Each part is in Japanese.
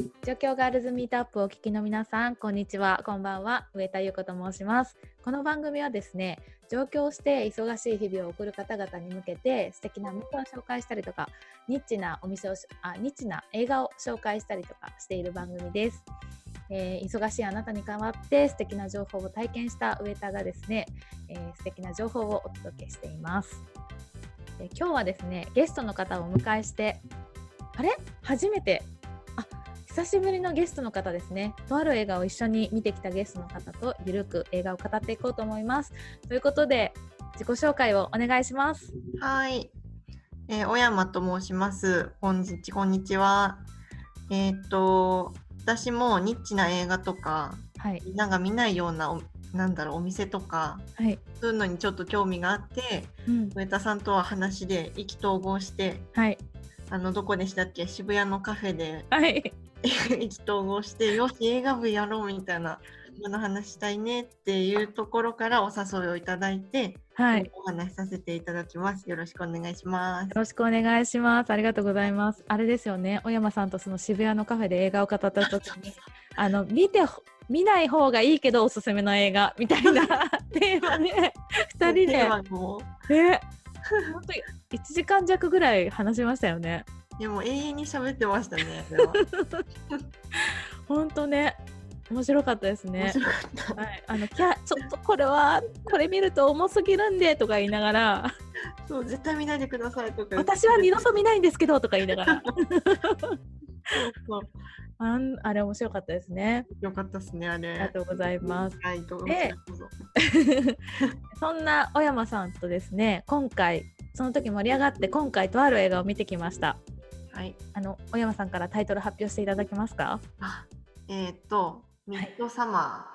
上京ガールズミートアップをお聞きの皆さん、こんにちは、こんばんは。上田優子と申します。この番組はですね、上京して忙しい日々を送る方々に向けて素敵なお店を紹介したりとか、ニッチな映画を紹介したりとかしている番組です。忙しいあなたに代わって素敵な情報を体験した上田がですね、素敵な情報をお届けしています。今日はですね、ゲストの方をお迎えして、初めて久しぶりのゲストの方ですね。とある映画を一緒に見てきたゲストの方とゆるく映画を語っていこうと思います。ということで自己紹介をお願いします。 はい、小山と申します。こんにちは。私もニッチな映画とか、みんなが見ないようなお店とか、そういうのにちょっと興味があって、上田さんとは話で意気投合して、どこでしたっけ、渋谷のカフェで、意気投合して、よし映画部やろうみたいな話したいねっていうところからお誘いをいただいて、お話しさせていただきます。よろしくお願いします。 よろしくお願いします。ありがとうございます。あれですよね、小山さんとその渋谷のカフェで映画を語った時に見ない方がいいけどおすすめの映画みたいなテーマで2人で本当に1時間弱ぐらい話しましたよね。 でも永遠に喋ってましたね。 本当ね、面白かったですね。ちょっとこれ見ると重すぎるんでとか言いながら、 そう絶対見ないでくださいとか、 私は二度と見ないんですけどとか言いながらあれ面白かったですね。 よかったですね、あれ。 ありがとうございます。 どうぞ。 そんな小山さんとですね、今回その時盛り上がって今回とある映画を見てきました。小山さんからタイトル発表していただけますか？ ミッドサマ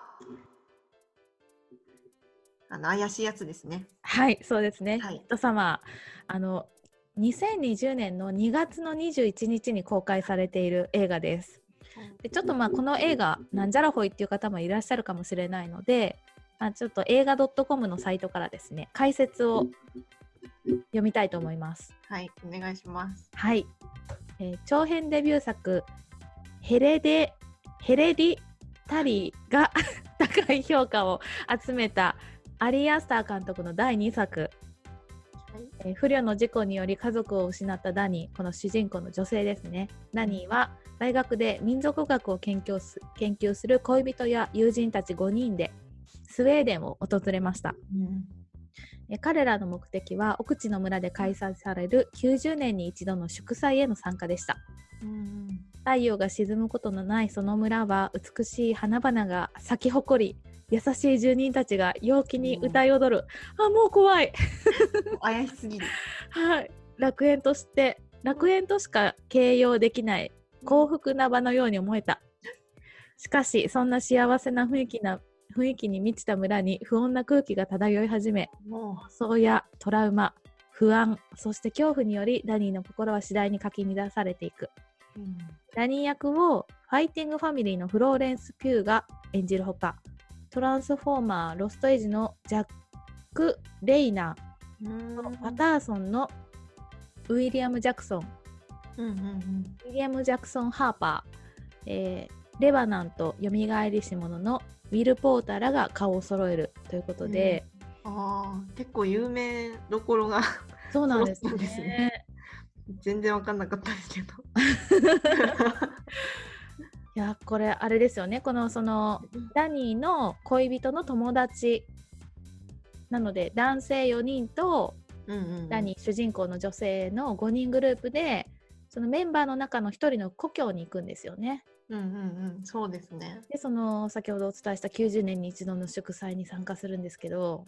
ー、怪しいやつですね。 はい、そうですね。ミッドサマー、2020年の2月の21日に公開されている映画です。でちょっとこの映画なんじゃらほいっていう方もいらっしゃるかもしれないので、ちょっと映画 .com のサイトからですね、解説を読みたいと思います。 はい、お願いします。 はい、長編デビュー作ヘレディタリーが高い評価を集めたアリー・アスター監督の第2作、不慮の事故により家族を失ったダニー、この主人公の女性ですね。ダニーは大学で民族学を研究する恋人や友人たち5人でスウェーデンを訪れました。彼らの目的は奥地の村で開催される90年に一度の祝祭への参加でした。太陽が沈むことのないその村は美しい花々が咲き誇り、優しい住人たちが陽気に歌い踊る。もう怖い怪しすぎる楽園としか形容できない幸福な場のように思えた。しかしそんな幸せな雰囲気に満ちた村に不穏な空気が漂い始め、妄想やトラウマ、不安、そして恐怖によりダニーの心は次第にかき乱されていく。ダニー役をファイティングファミリーのフローレンス・ピューが演じるほか、トランスフォーマーロストエイジのジャック・レイナー、パターソンのウィリアム・ジャクソン、ウィリアム・ジャクソン・ハーパー、レバナンとよみがえりし者のウィル・ポーターらが顔を揃えるということで、 結構有名どころがそうなんですね。 全然分かんなかったですけどいや、これあれですよね、そのダニーの恋人の友達なので、男性4人とダニー主人公の女性の5人グループで、そのメンバーの中の1人の故郷に行くんですよね。 そうですね。 でその先ほどお伝えした90年に一度の祝祭に参加するんですけど、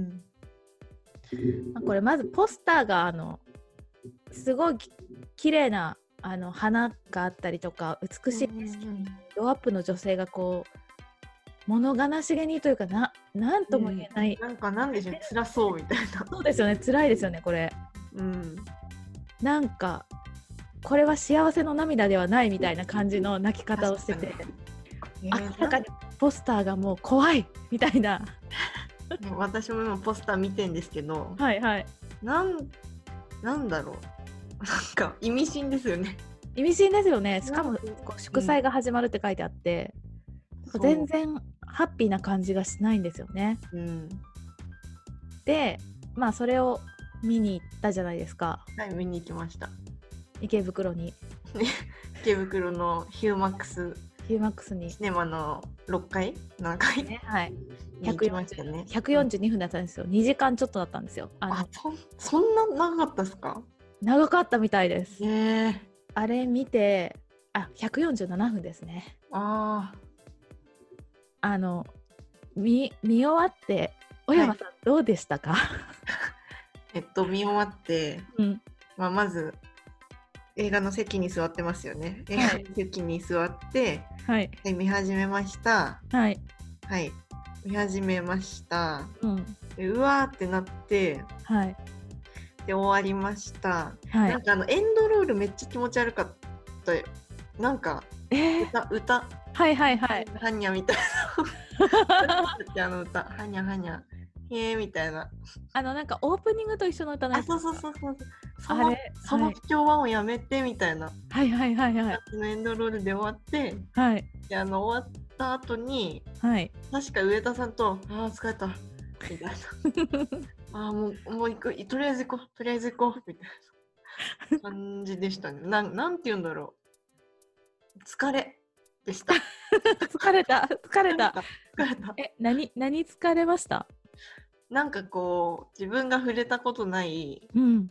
これまずポスターがすごい綺麗な花があったりとか、美しい景色にドアップの女性がこう物悲しげにというか、なんとも言えない、 なんでしょう、辛そうみたいな。 そうですよね、辛いですよねこれ。なんかこれは幸せの涙ではないみたいな感じの泣き方をしてて、明らかにポスターがもう怖いみたいな私も今ポスター見てんですけど、なんだろう、なんか意味深ですよね。 意味深ですよね。しかもこう祝祭が始まるって書いてあって、全然ハッピーな感じがしないんですよね。で、まあそれを見に行ったじゃないですか。 はい、見に行きました。 池袋に。 池袋のヒューマックスに。シネマの6階 ?7 階、ね、 はい。 142 分だったんですよ。2時間ちょっとだったんですよ。 そんな長かったですか？ 長かったみたいです。あれ見て、147分ですね。見終わって小山さんどうでしたか？ 見終わって、まず映画の席に座ってますよね。映画の席に座って、見始めました。見始めました。うわーってなって、で終わりました。なんかエンドロールめっちゃ気持ち悪かったよ。なんか歌はにゃみたいな歌はにゃはにゃみたいな、 なんかオープニングと一緒の歌なんですか？ そうその不協和音やめてみたいなエンドロールで終わって、で終わった後に、確か上田さんと疲れたみたいなもう行く、とりあえず行こうみたいな感じでしたね。なんて言うんだろう、疲れでした疲れた何疲れました？ なんかこう自分が触れたことない、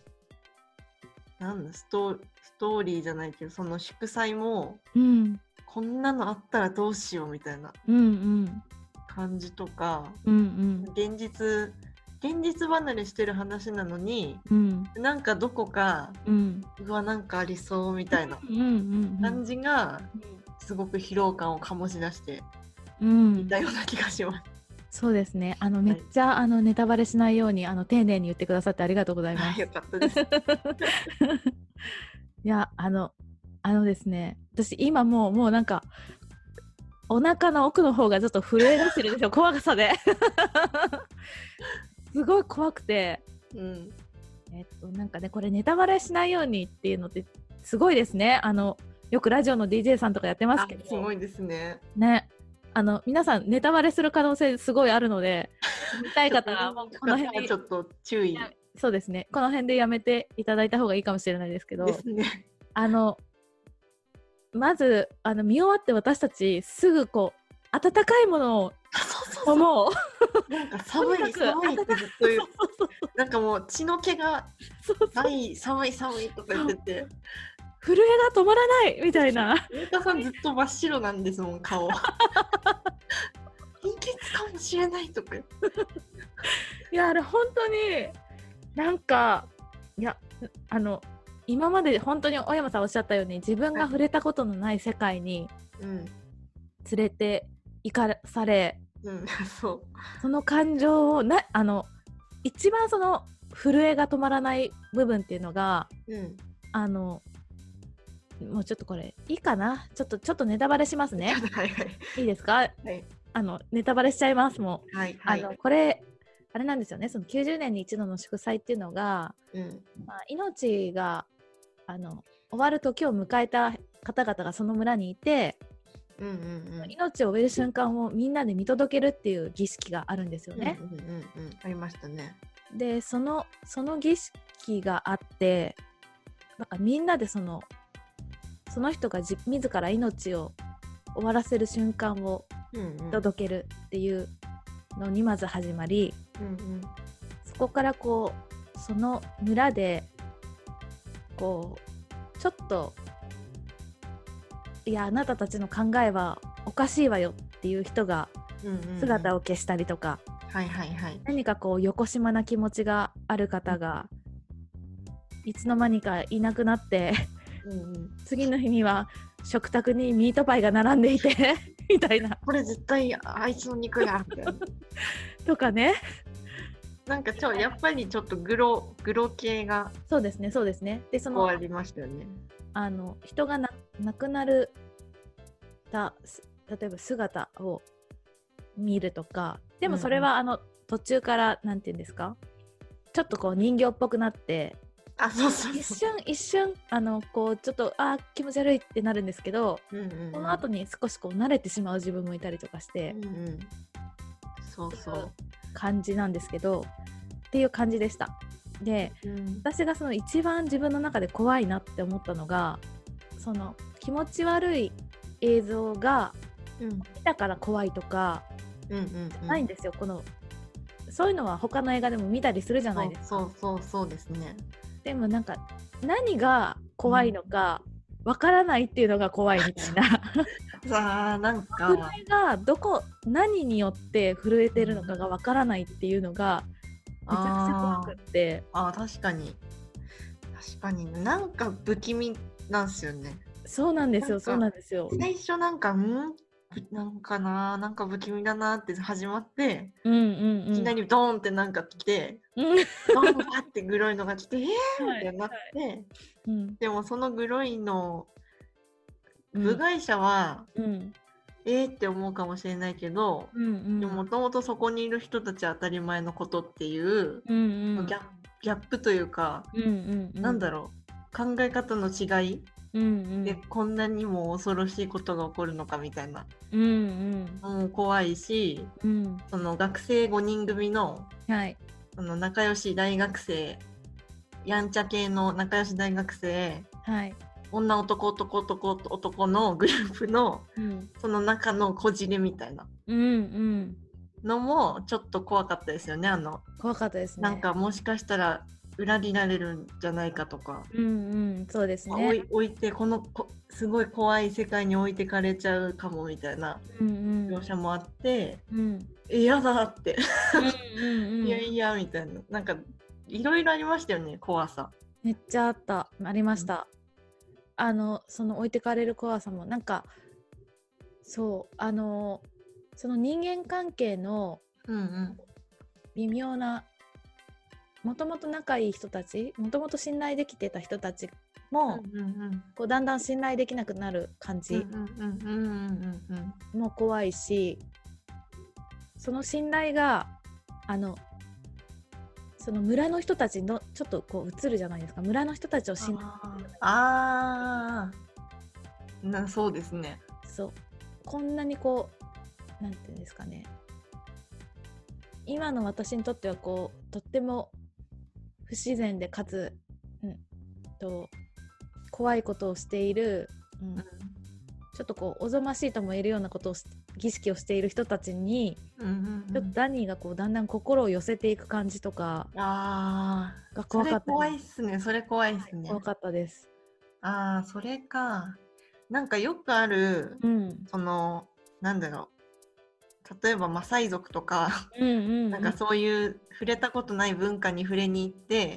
ストーリーじゃないけど、その祝祭も、こんなのあったらどうしようみたいな感じとか、現実離れしてる話なのに、なんかどこか、うわなんかありそうみたいな感じが、すごく疲労感を醸し出していたような気がします。 そうですね。めっちゃネタバレしないように丁寧に言ってくださってありがとうございます。 よかったです。いやですね、私今もうなんかお腹の奥の方がちょっと震え出してるんですよ怖さですごい怖くて、なんかね、これネタバレしないようにっていうのってすごいですね。よくラジオの DJ さんとかやってますけど、 すごいですね。 皆さんネタバレする可能性すごいあるので、見たい方はこの辺でちょっと注意。 そうですね、この辺でやめていただいた方がいいかもしれないですけど、まず見終わって私たちすぐこう温かいものを思うなんか寒いってずっと言うなんかもう血の気が寒いとか言ってて震えが止まらないみたいな。 上田さんずっと真っ白なんですもん、顔貧血かもしれないとかいや、あれ本当になんか、いや今まで本当に小山さんおっしゃったように自分が触れたことのない世界に連れて行かされ、その感情を一番その震えが止まらない部分っていうのが、もうちょっとこれいいかな、ちょっとネタバレしますね。いいですか？ネタバレしちゃいますもん。これあれなんですよね、その90年に一度の祝祭っていうのが、命が終わる時を迎えた方々がその村にいて、命を終える瞬間をみんなで見届けるっていう儀式があるんですよね。 ありましたね。 でその儀式があって、なんかみんなでその人が自ら命を終わらせる瞬間を届けるっていうのにまず始まり、そこからこうその村でこうちょっと、いやあなたたちの考えはおかしいわよっていう人が姿を消したりとか、何かこうよこしまな気持ちがある方がいつの間にかいなくなって次の日には食卓にミートパイが並んでいてみたいな、 これ絶対あいつの肉やみたいなとかね、 なんかやっぱりちょっとグロ系がそうですねでそのありましたよね。 人が亡くなる例えば姿を見るとか、でもそれは途中からなんていうんですか、ちょっとこう人形っぽくなって一瞬こうちょっと気持ち悪いってなるんですけど、その後に少しこう慣れてしまう自分もいたりとかして、 そう感じなんですけどっていう感じでした。で、私がその一番自分の中で怖いなって思ったのが、その気持ち悪い映像が見たから怖いとかないんですよ。そういうのは他の映画でも見たりするじゃないですか。 そうですね。 でもなんか何が怖いのかわからないっていうのが怖いみたいなさあ、なんか震えが何によって震えてるのかがわからないっていうのがめちゃくちゃ怖くって。 確かになんか不気味なんですよね。 そうなんですよ。 最初なんかなんか不気味だなって始まって、いきなりドーンってなんか来て、ドーンバーってグロいのが来て、みたいになって、でもそのグロいの部外者は、って思うかもしれないけど、でももともとそこにいる人たちは当たり前のことっていう、ギャップというか、なんだろう、考え方の違いでこんなにも恐ろしいことが起こるのかみたいな、もう怖いし、その学生5人組の、その仲良し大学生、やんちゃ系の仲良し大学生、女男のグループの、その中のこじれみたいなのもちょっと怖かったですよね。 怖かったですね。 なんかもしかしたら裏になれるんじゃないかとか、 そうですね。 置いてすごい怖い世界に置いてかれちゃうかもみたいな描写もあって、嫌だっていやみたいな、なんかいろいろありましたよね、怖さ。 めっちゃありました。その置いてかれる怖さもなんかその人間関係の微妙な、もともと仲いい人たち、もともと信頼できてた人たちも、こうだんだん信頼できなくなる感じも怖いし、その信頼がその村の人たちのちょっとこう映るじゃないですか。村の人たちを信頼そうですね。 こんなにこうなんていうんですかね、今の私にとってはこうとっても不自然でかつ、怖いことをしている、ちょっとこうおぞましいとも言えるようなことを儀式をしている人たちに、ちょっとダニーがこうだんだん心を寄せていく感じとかが怖かった。 怖いっすね。それ怖いっすね。 怖かったです。 それか。なんかよくある、そのなんだろう、例えばマサイ族とかなんかそういう触れたことない文化に触れに行って、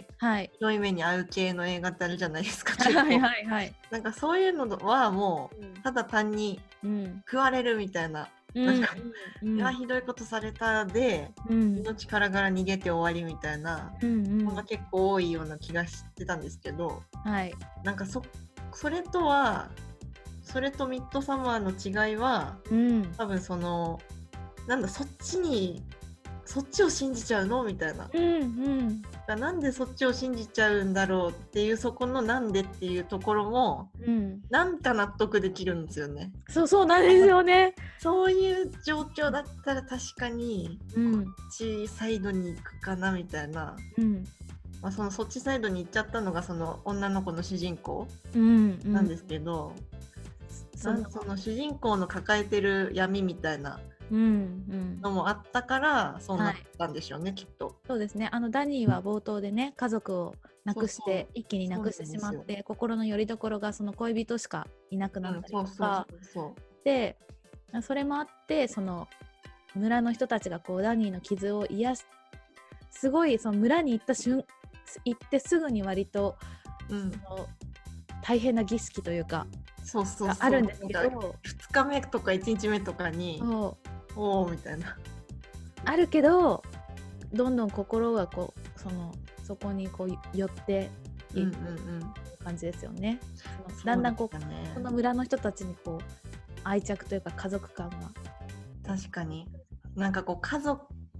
ひどい目に遭う系の映画ってあるじゃないですか。なんかそういうのはもうただ単に食われるみたいな、なんかひどいことされたで、命からがら逃げて終わりみたいなのが結構多いような気がしてたんですけど、なんかそれとミッドサマーの違いは、多分そのそっちを信じちゃうのみたいな、なんでそっちを信じちゃうんだろうっていう、そこのなんでっていうところも、なんか納得できるんですよね。 そうなんですよね。 そういう状況だったら確かにこっちサイドに行くかなみたいな、そっちサイドに行っちゃったのがその女の子の主人公なんですけど、その主人公の抱えてる闇みたいなのもあったからそうなったんでしょうね、きっと。 そうですね。ダニーは冒頭でね、家族を亡くして一気に亡くしてしまって、心の拠り所がその恋人しかいなくなったりとかで、それもあってその村の人たちがこうダニーの傷を癒すごいその村に行ってすぐに割と、大変な儀式というかあるんですけど、 2日目とか1日目とかにおーみたいなあるけど、どんどん心がこうそこにこう寄っていく感じですよね。だんだんこの村の人たちにこう愛着というか家族感が。 確かになんかこう家族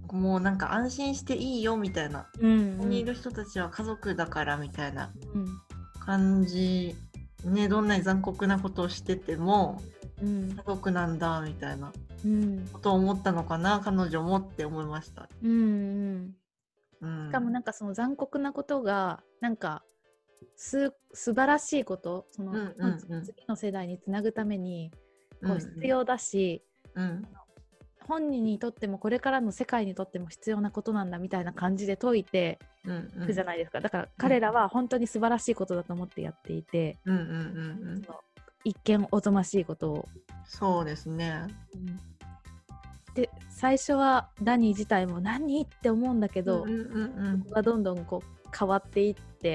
もうなんか安心していいよみたいな、ここにいる人たちは家族だからみたいな感じ、ね、どんなに残酷なことをしてても、家族なんだみたいなことを思ったのかな、彼女もって思いました。しかもなんかその残酷なことがなんか素晴らしいこと、その、次の世代につなぐためにこう必要だし、本人にとってもこれからの世界にとっても必要なことなんだみたいな感じで説いていくじゃないですか。だから彼らは本当に素晴らしいことだと思ってやっていて、その一見おぞましいことを。 そうですね、 で最初はダニー自体も何って思うんだけど、そこがどんどんこう変わっていって、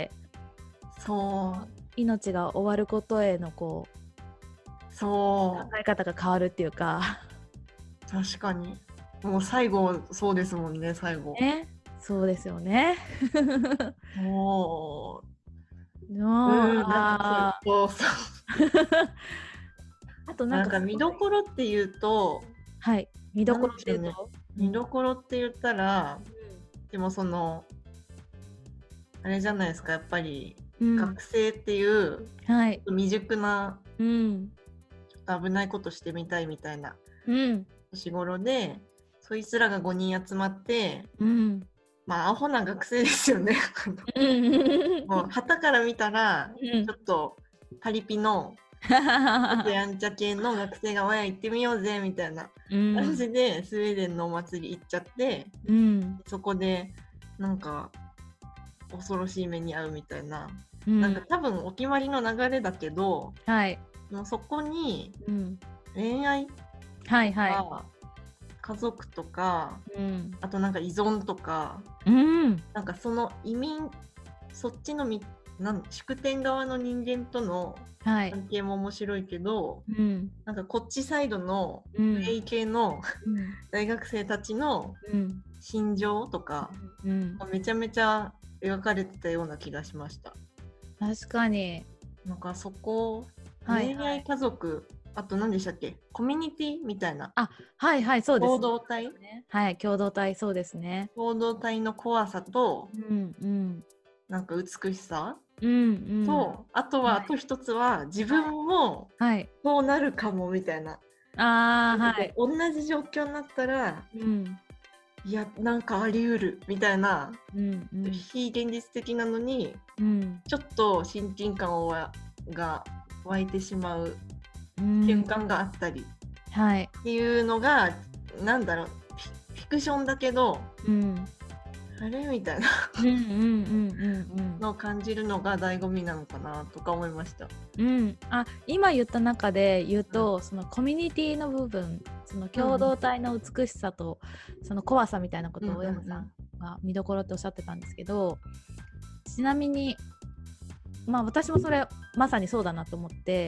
そう命が終わることへのこう考え方が変わるっていうか確かにもう最後そうですもんね。最後そうですよねもうあとなんか見どころっていうと、 見どころっていうと、 見どころって言ったら、でもそのあれじゃないですか、やっぱり、学生っていう、未熟な、ちょっと危ないことしてみたいみたいな年頃で、そいつらが5人集まって、まあアホな学生ですよねもう旗から見たら、ちょっとパリピのやんちゃ系の学生が親行ってみようぜみたいな感じでスウェーデンのお祭り行っちゃって、そこでなんか恐ろしい目に遭うみたいな、なんか多分お決まりの流れだけど、もうそこに恋愛とか家族とか、あとなんか依存とか、なんかそのそっちの宿天側の人間との関係も面白いけど、なんかこっちサイドの霊系の大学生たちの心情とか、めちゃめちゃ描かれてたような気がしました。 確かに。 なんかそこ、恋愛家族、あと何でしたっけ、コミュニティみたいな。 そうですね。 共同体、 共同体、そうですね。 共同体の怖さと、なんか美しさと、あとは、あと一つは自分もこうなるかもみたいな。同じ状況になったら、いやなんかあり得るみたいな、非現実的なのに、ちょっと親近感が湧いてしまう瞬間があったり、っていうのがなんだろう、フィクションだけど、あれみたいなのを感じるのが醍醐味なのかなとか思いました。 今言った中で言うと、そのコミュニティの部分、その共同体の美しさと、その怖さみたいなことを小山さんが見どころっておっしゃってたんですけど、ちなみに私もそれまさにそうだなと思って、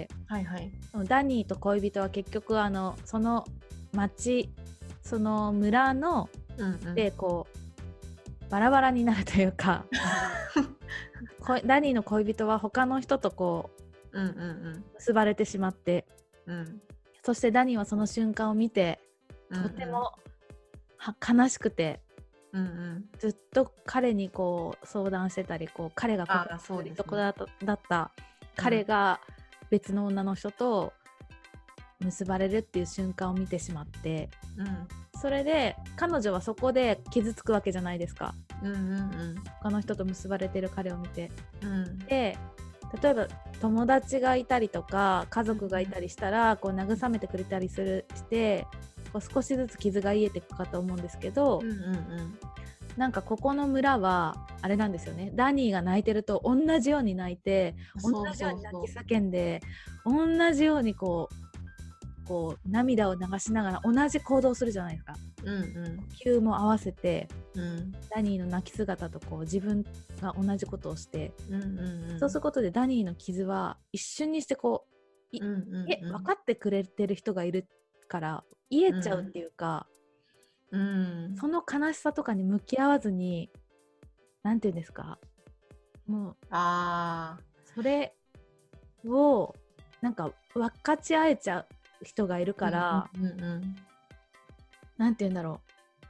そのダニーと恋人は結局その町、その村の、でこうバラバラになるというかダニーの恋人は他の人とこう、結ばれてしまって、そしてダニーはその瞬間を見て、とても悲しくて、ずっと彼にこう相談してたり、こう彼が恋人だった彼が別の女の人と結ばれるっていう瞬間を見てしまって、それで彼女はそこで傷つくわけじゃないですか、他の人と結ばれてる彼を見て、で例えば友達がいたりとか家族がいたりしたら、こう慰めてくれたりしてこう少しずつ傷が癒えていくかと思うんですけど、なんかここの村はあれなんですよね。ダニーが泣いてると同じように泣いて、同じように泣き叫んで、同じようにこう涙を流しながら同じ行動をするじゃないですか。呼吸も合わせて、ダニーの泣き姿とこう自分が同じことをして、そうすることでダニーの傷は一瞬にしてこう、分かってくれてる人がいるから癒えちゃうっていうか、その悲しさとかに向き合わずに、なんていうんですか、もうそれをなんか分かち合えちゃう人がいるから、なんていうんだろ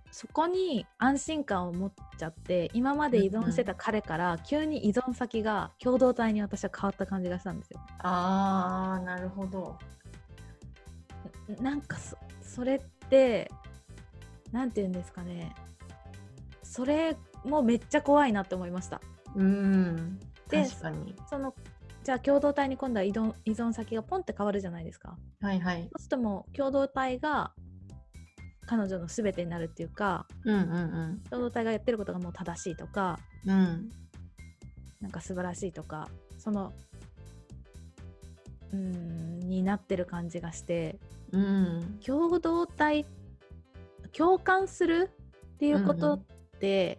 そこに安心感を持っちゃって、今まで依存してた彼から急に依存先が共同体に私は変わった感じがしたんですよ。 あー、なるほど。 なんかそれってなんていうんですかね、それもめっちゃ怖いなって思いました。 で、確かに。 じゃあ共同体に今度は依存先がポンって変わるじゃないですか。 はいはい。 そうするともう共同体が彼女の全てになるっていうか、共同体がやってることがもう正しいとか、なんか素晴らしいとか、になってる感じがして、共同体共感するっていうことって、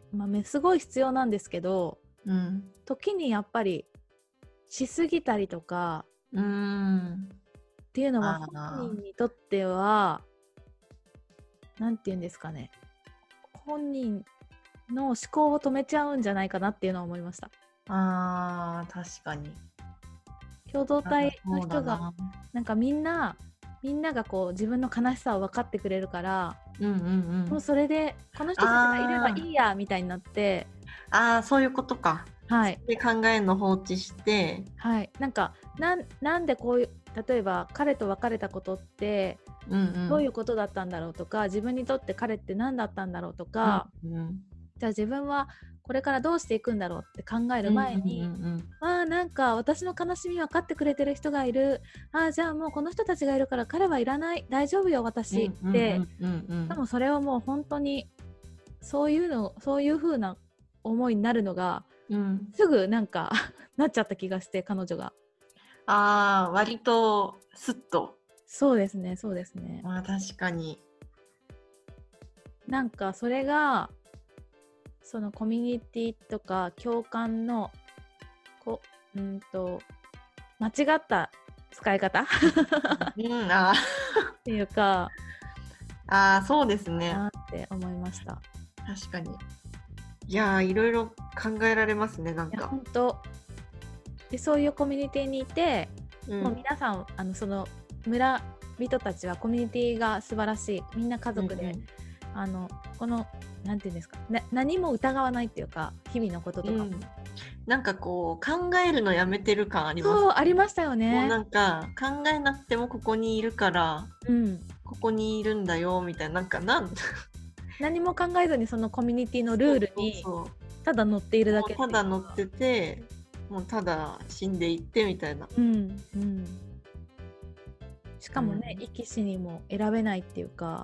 すごい必要なんですけど、時にやっぱりしすぎたりとかっていうのは本人にとってはなんていうんですかね、本人の思考を止めちゃうんじゃないかなっていうのは思いました。 確かに。 共同体の人がなんかみんながこう自分の悲しさを分かってくれるから、もうそれでこの人たちがいればいいやみたいになって、 そういうことか。はい。で考えるの放置して、 はい。なんでこういう例えば彼と別れたことってどういうことだったんだろうとか、自分にとって彼って何だったんだろうとか、じゃあ自分はこれからどうしていくんだろうって考える前に、なんか私の悲しみ分かってくれてる人がいる、じゃあもうこの人たちがいるから彼はいらない、大丈夫よ私って、でもそれはもう本当にそういう風な思いになるのが、すぐなんかなっちゃった気がして、彼女が割とスッと。 そうですね。 確かに。 なんかそれがそのコミュニティとか共感の間違った使い方っていうか、 そうですねって思いました。 確かに。いやいろいろ考えられますね。なんか本当で、そういうコミュニティにいて、もう皆さんその村人たちはコミュニティが素晴らしい、みんな家族で、このなんていうんですか、何も疑わないっていうか、日々のこととか、 なんかこう考えるのやめてる感あります。 そうありましたよね。 もうなんか考えなくてもここにいるから、ここにいるんだよみたいな、 何も考えずにそのコミュニティのルールにただ乗っているだけ、 ただ乗ってて、もうただ死んでいってみたいな。 しかもね、生き死にも選べないっていうか、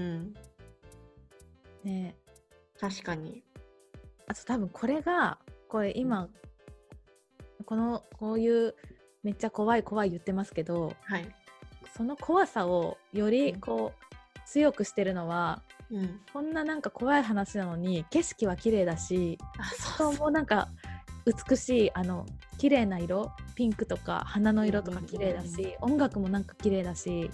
ね、 確かに。 あと多分これ今、こういうめっちゃ怖い言ってますけど、その怖さをより強くしてるのは、こんななんか怖い話なのに景色は綺麗だし、人もなんか美しい綺麗な色、ピンクとか花の色とか綺麗だし、音楽もなんか綺麗だし、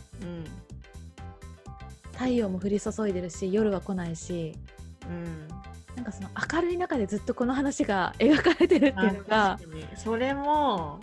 太陽も降り注いでるし、夜は来ないし、なんかその明るい中でずっとこの話が描かれてるっていうのが、 それも、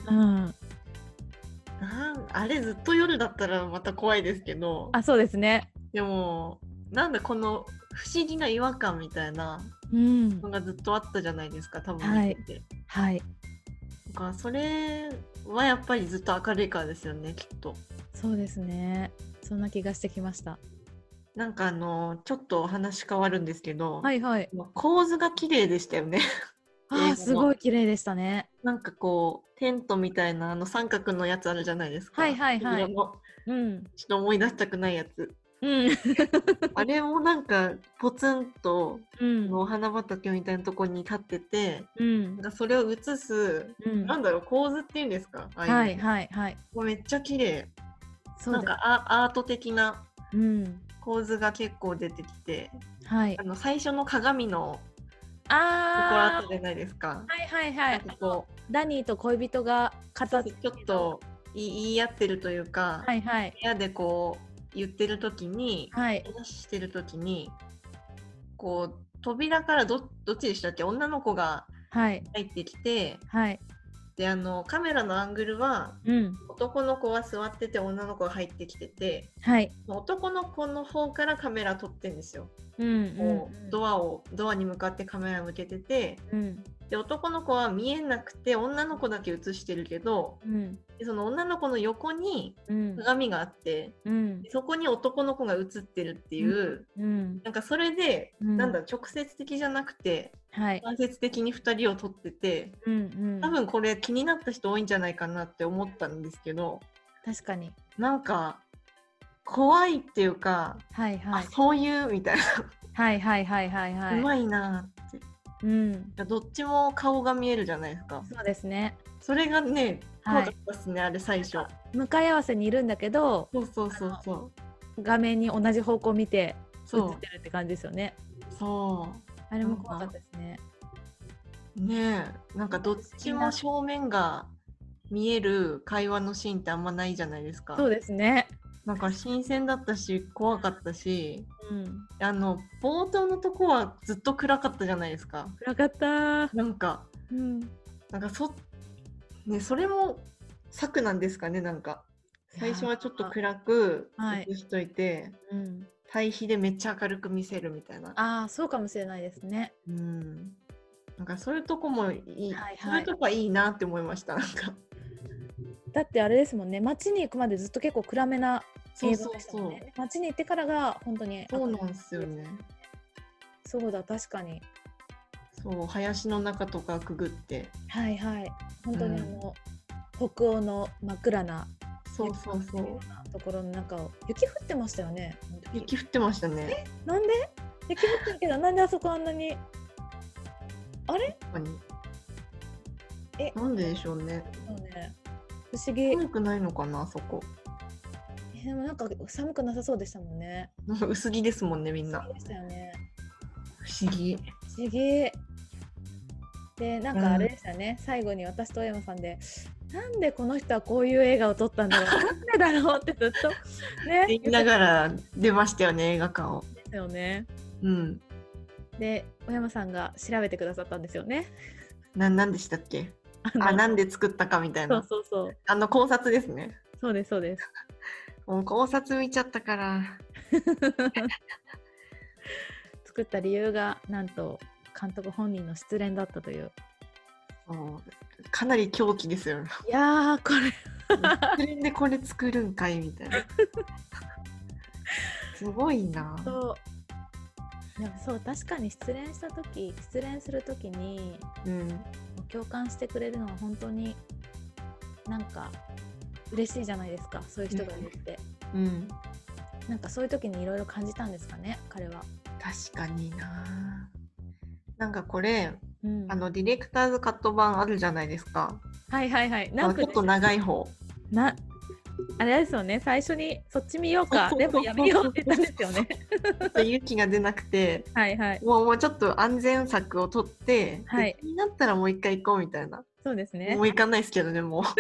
あれずっと夜だったらまた怖いですけど、 そうですね。 でもなんだこの不思議な違和感みたいなのがずっとあったじゃないですか、多分見てて。それはやっぱりずっと明るいからですよね、きっと。 そうですね、そんな気がしてきました。 なんかちょっと話変わるんですけど、 構図が綺麗でしたよね。 すごい綺麗でしたね。 なんかこうテントみたいな三角のやつあるじゃないですか。ちょっと思い出したくないやつ。あれもなんかポツンとお花畑みたいなところに立ってて、なんかそれを映す、なんだろう、構図っていうんですか。めっちゃ綺麗。なんかアート的な構図が結構出てきて、最初の鏡のところあったじゃないですか。 ダニーと恋人がちょっと言い合ってるというか、部屋でこう言ってる時に、話してる時にこう扉からどっちでしたっけ、女の子が入ってきて、 でカメラのアングルは、うん、男の子は座ってて女の子が入ってきてて、はい、男の子の方からカメラ撮ってんですよ。ドアに向かってカメラ向けてて、うん、で男の子は見えなくて女の子だけ映してるけど、うん、でその女の子の横に鏡があって、うん、そこに男の子が映ってるっていう、うん、なんかそれで、うん、なんだ直接的じゃなくて、はい、間接的に2人を撮ってて、うんうん、多分これ気になった人多いんじゃないかなって思ったんですけど、 確かになんか怖いっていうか、はいはい、あそういうみたいなはいはいはいはいはい、 うまいなって、うん、どっちも顔が見えるじゃないですか。 そうですね。 それがね怖かったですね、はい、あれ最初向かい合わせにいるんだけど、 そう画面に同じ方向を見て映ってるって感じですよね。そうあれも怖かったですね。 ねえ、なんかどっちも正面が見える会話のシーンってあんまないじゃないですか。 そうですね。 なんか新鮮だったし怖かったし、うん、冒頭のとこはずっと暗かったじゃないですか。 暗かった。 なんか、うん、なんかね、それも策なんですかね。なんか最初はちょっと暗く映しといて、はい、うん、対比でめっちゃ明るく見せるみたいな。 ああ、そうかもしれないですね。 うん、なんかそういうとこもいい、はいはい、そういうとこはいいなって思いました。なんかだってあれですもんね、街に行くまでずっと結構暗めな映像でしたもんね。そう街に行ってからが本当にそうなんですよね。 そうだ、確かにそう林の中とかくぐって、 はいはい、本当に北欧の真っ暗なそうところの中を雪降ってましたよね。 雪降ってましたね。 なんで雪降ってるけどなんであそこあんなにあれなんででしょうね。 そうね、不思議。 寒くないのかなあそこ。 でもなんか寒くなさそうでしたもんね。 薄着ですもんねみんな。 でしたよね。 不思議。 不思議。でなんかあれでしたね、最後に私と山さんでなんでこの人はこういう映画を撮ったんだろうなんでだろうってずっとね言いながら出ましたよね映画館を。 ですよね。 うん。 で小山さんが調べてくださったんですよね。 なんでしたっけ。なんで作ったかみたいな。 そう考察ですね。 そうですもう考察見ちゃったから作った理由がなんと監督本人の失恋だったという。 かなり狂気ですよね。 いやーこれ失恋でこれ作るんかいみたいなすごいな。 でもそう確かに失恋する時に、うん、共感してくれるのは本当になんか嬉しいじゃないですか、そういう人がいるって、うん、なんかそういう時にいろいろ感じたんですかね彼は。 確かになんかこれ、うん、ディレクターズカット版あるじゃないですか。 はいはいはい。 なんかちょっと長い方あれですよね、最初にそっち見ようかでもやめようって言ったんですよね勇気が出なくてはいはい、もうちょっと安全策を取って、はい、気になったらもう一回行こうみたいな。 そうですね。 もう行かないですけどねもう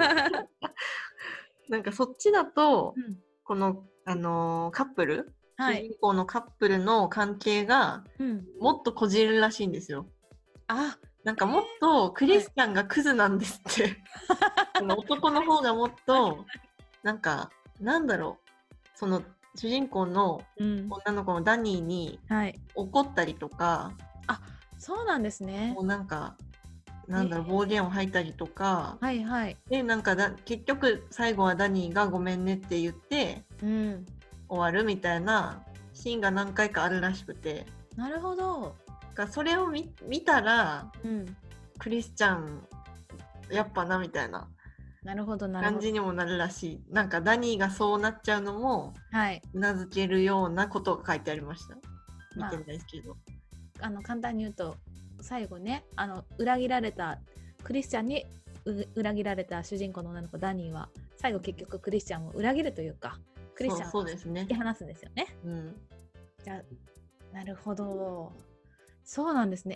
なんかそっちだと、うん、この、カップル、はい、主人公のカップルの関係が、うん、もっとこじれるらしいんですよ。なんかもっとクリスチャンがクズなんですって、その男の方がもっとなんかなんだろう、その主人公の女の子のダニーに怒ったりとか、 そうなんですね。 もうなんかなんだろう、暴言を吐いたりとか、はいはい、でなんか結局最後はダニーがごめんねって言って、うん、終わるみたいなシーンが何回かあるらしくて。 なるほど。 それを 見たら、うん、クリスチャンやっぱなみたいな感じにもなるらしい。なんかダニーがそうなっちゃうのもうなずけるようなことが書いてありました。見てないですけど、 簡単に言うと最後ね、裏切られたクリスチャンに裏切られた主人公の女の子ダニーは最後結局クリスチャンを裏切るというか、クリスチャンを引き離すんですよね。うん、じゃあなるほど、そうなんですね。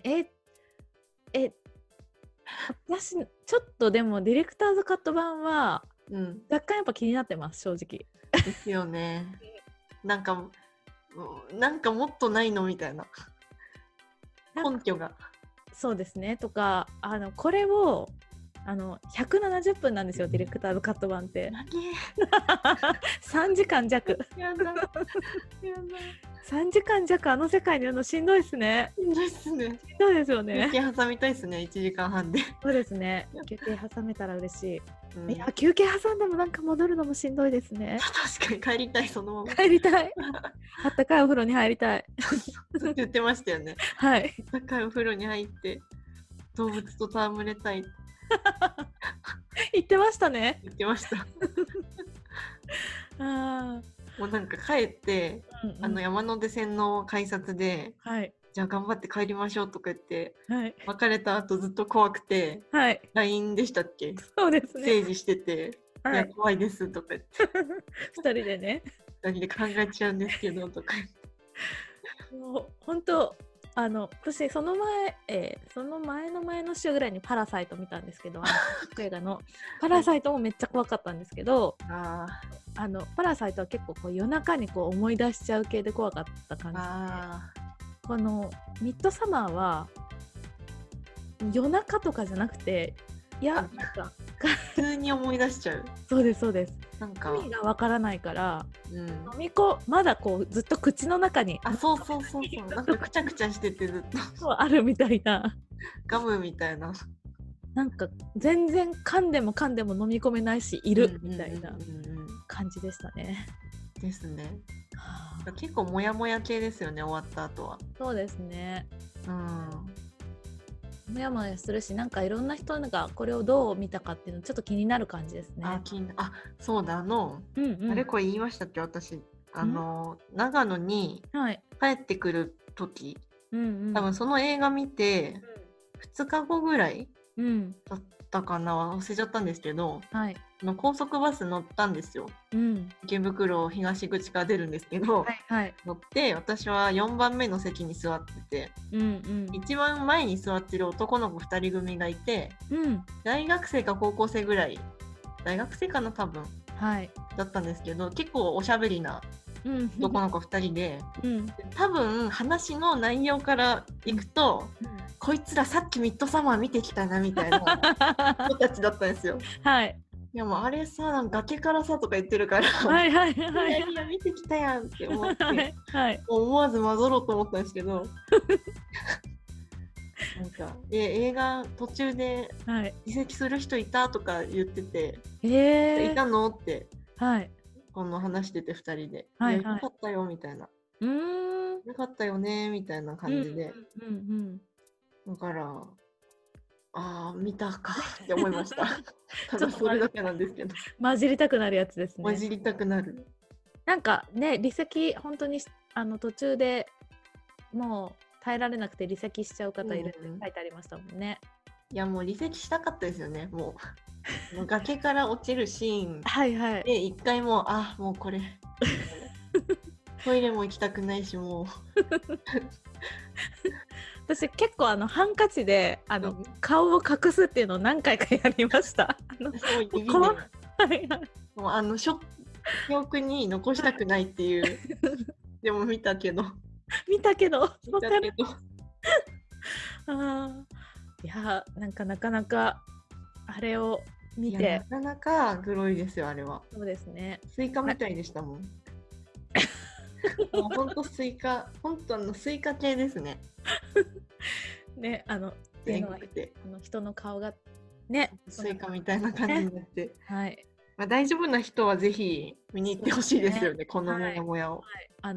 私ちょっとでもディレクターズカット版は、うん、若干やっぱ気になってます、正直。 ですよねなんかもっとないのみたいな根拠が。 そうですね。とかこれを 170分なんですよ、ディレクターズカット版って。3時間弱。やだ。3時間弱あの世界にいるのしんどいですね。 しんどいですね。 しんどいですよね。 休憩挟みたいですね、1時間半で。 そうですね。休憩挟めたら嬉しい。いや、休憩挟んでもなんか戻るのもしんどいですね。 確かに帰りたい、そのまま。 帰りたい。あったかいお風呂に入りたい。 ずっと言ってましたよね。 はい。 あったかいお風呂に入って動物と戯れたい。 言ってましたね。 言ってました。もうなんか帰って、山手線の改札で、はい、じゃあ頑張って帰りましょうとか言って、はい、別れた後ずっと怖くて、はい、LINE でしたっけ？ そうですね。 整理してて、はい、いや怖いですとか言って 2人でね、 2人で考えちゃうんですけどとか言ってもう本当私その前の週ぐらいにパラサイト見たんですけど、映画のパラサイトもめっちゃ怖かったんですけど、パラサイトは結構こう夜中にこう思い出しちゃう系で怖かった感じで、このミッドサマーは夜中とかじゃなくて、いやなんか普通に思い出しちゃう。 そうですそうです。 なんか意味がわからないから、飲み子まだこうずっと口の中にそうなんかくちゃくちゃしててずっとあるみたいな、 ガムみたいな、 なんか全然噛んでも飲み込めないしいるみたいな感じでしたね。 ですね。結構モヤモヤ系ですよね、終わった後は。 そうですね。モヤモヤするし、なんかいろんな人がこれをどう見たかっていうのちょっと気になる感じですね。 そうだ、あれこれ言いましたっけ、私長野に帰ってくる時、多分その映画見て2日後ぐらいだったかな、忘れちゃったんですけど、高速バス乗ったんですよ。池袋東口から出るんですけど、乗って私は4番目の席に座ってて、一番前に座ってる男の子2人組がいて、大学生か高校生ぐらい、大学生かな多分、だったんですけど、結構おしゃべりな男の子2人で、多分話の内容からいくと、こいつらさっきミッドサマー見てきたなみたいな子たちだったんですよ。いやもうあれさ、なんか崖からさとか言ってるから、いや見てきたやんって思って、思わず混ざろうと思ったんですけどなんか映画途中で移籍する人いたとか言ってて、いたのって、この話してて2人で、よかったよみたいな、よかったよねみたいな感じで、だから見たかって思いました。ただそれだけなんですけど。 混じりたくなるやつですね。 混じりたくなる。 なんかね、離席本当に途中でもう耐えられなくて離席しちゃう方いるって書いてありましたもんね。 いやもう離席したかったですよね。もう崖から落ちるシーンで一回ももうこれトイレも行きたくないし、もう私結構ハンカチで顔を隠すっていうのを何回かやりました。 もう記憶に残したくないっていうでも見たけどいやなんかなかなかあれを見て、 なかなかグロいですよ、あれは。 そうですね。 スイカみたいでしたもん。ほんとスイカ系ですね。 ね、っていうのは人の顔がね、 スイカみたいな感じになって、大丈夫な人はぜひ見に行ってほしいですよね、このモヤモヤを。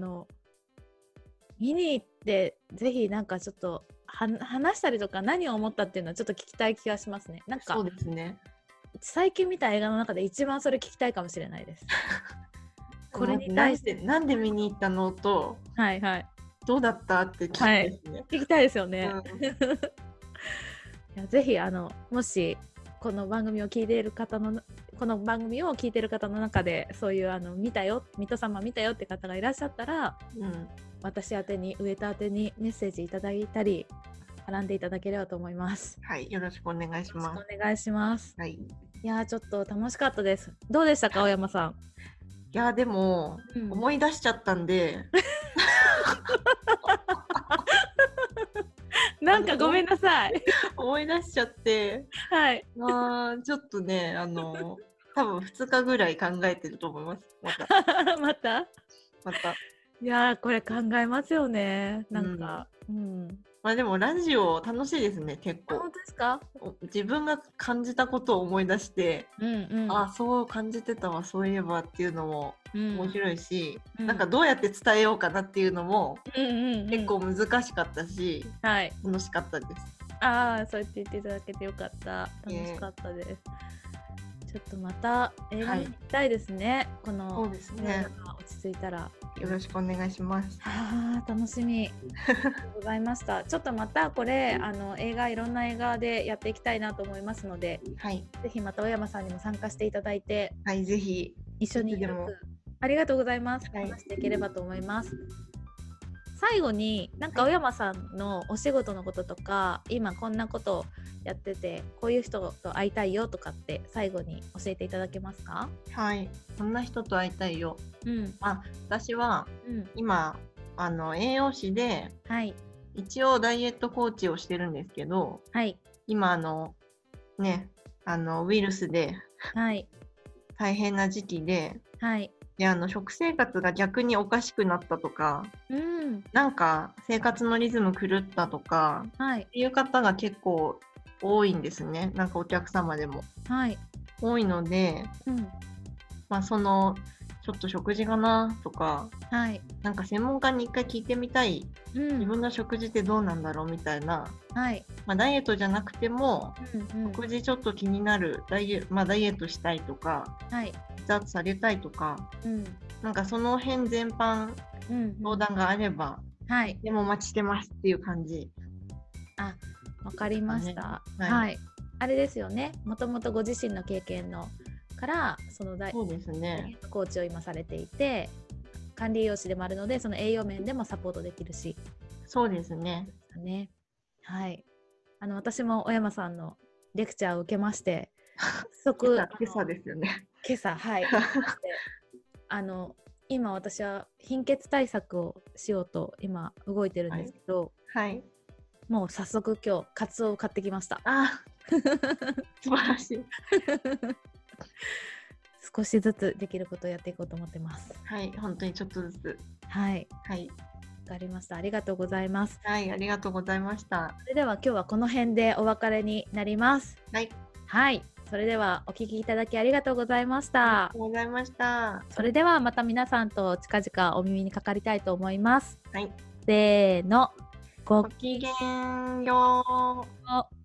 見に行ってぜひなんかちょっと話したりとか何を思ったっていうのはちょっと聞きたい気がしますね。なんかそうですね。 最近見た映画の中で一番それ聞きたいかもしれないです。 これに対してなんで見に行ったのと、どうだったって聞きたいですね。 聞きたいですよね。いやぜひもしこの番組を聞いている方の中でそういうミッドサマー見たよって方がいらっしゃったら、私宛てに上田宛てにメッセージいただいたり絡んでいただければと思います。 よろしくお願いします。 よろしくお願いします。いやちょっと楽しかったです。どうでしたか、青山さん。 いやでも、思い出しちゃったんでなんかごめんなさい。 思い出しちゃって、 はい。 ちょっとね、多分2日ぐらい考えてると思います。また。 またいやこれ考えますよね。なんか、 まあでもラジオ楽しいですね、結構。 本当ですか？ 自分が感じたことを思い出して、あ、そう感じてたわ、そういえばっていうのも面白いし、なんかどうやって伝えようかなっていうのも結構難しかったし、楽しかったです。 ああ、そうやって言っていただけてよかった。楽しかったです。ちょっとまた映画に行きたいですね。このそうですね。 落ち着いたらよろしくお願いします。 楽しみ。ありがとうございました。ちょっとまたこれ映画いろんな映画でやっていきたいなと思いますので、ぜひまた小山さんにも参加していただいて、 ぜひ一緒にありがとうございます。話していければと思います。最後になんか小山さんのお仕事のこととか、今こんなことをやっててこういう人と会いたいよとかって最後に教えていただけますか？ こんな人と会いたいよ。私は、今栄養士で、一応ダイエットコーチをしてるんですけど、今ウイルスで、大変な時期で、食生活が逆におかしくなったとか、なんか生活のリズム狂ったとか、っていう方が結構多いんですね。なんかお客様でも、多いので、ちょっと食事かなとか、なんか専門家に一回聞いてみたい、自分の食事ってどうなんだろうみたいな、ダイエットじゃなくても、食事ちょっと気になるダイエットしたいとか、血圧下げたいとか、なんかその辺全般、相談があれば、でもお待ちしてますっていう感じ。 わかりました。あれですよね。もともとご自身の経験のからそうですね。 コーチを今されていて、管理栄養士でもあるので、その栄養面でもサポートできるし。 そうですね。 私も小山さんのレクチャーを受けまして、 今朝ですよね。 今朝今私は貧血対策をしようと今動いてるんですけど、もう早速今日カツオを買ってきました。 素晴らしい。 少しずつできることをやっていこうと思ってます。 本当にちょっとずつ。 わかりました。ありがとうございます。 ありがとうございました。 それでは今日はこの辺でお別れになります。それではお聞きいただきありがとうございました。 ありがとうございました。 それではまた皆さんと近々お耳にかかりたいと思います。せーの。 ごきげんよう。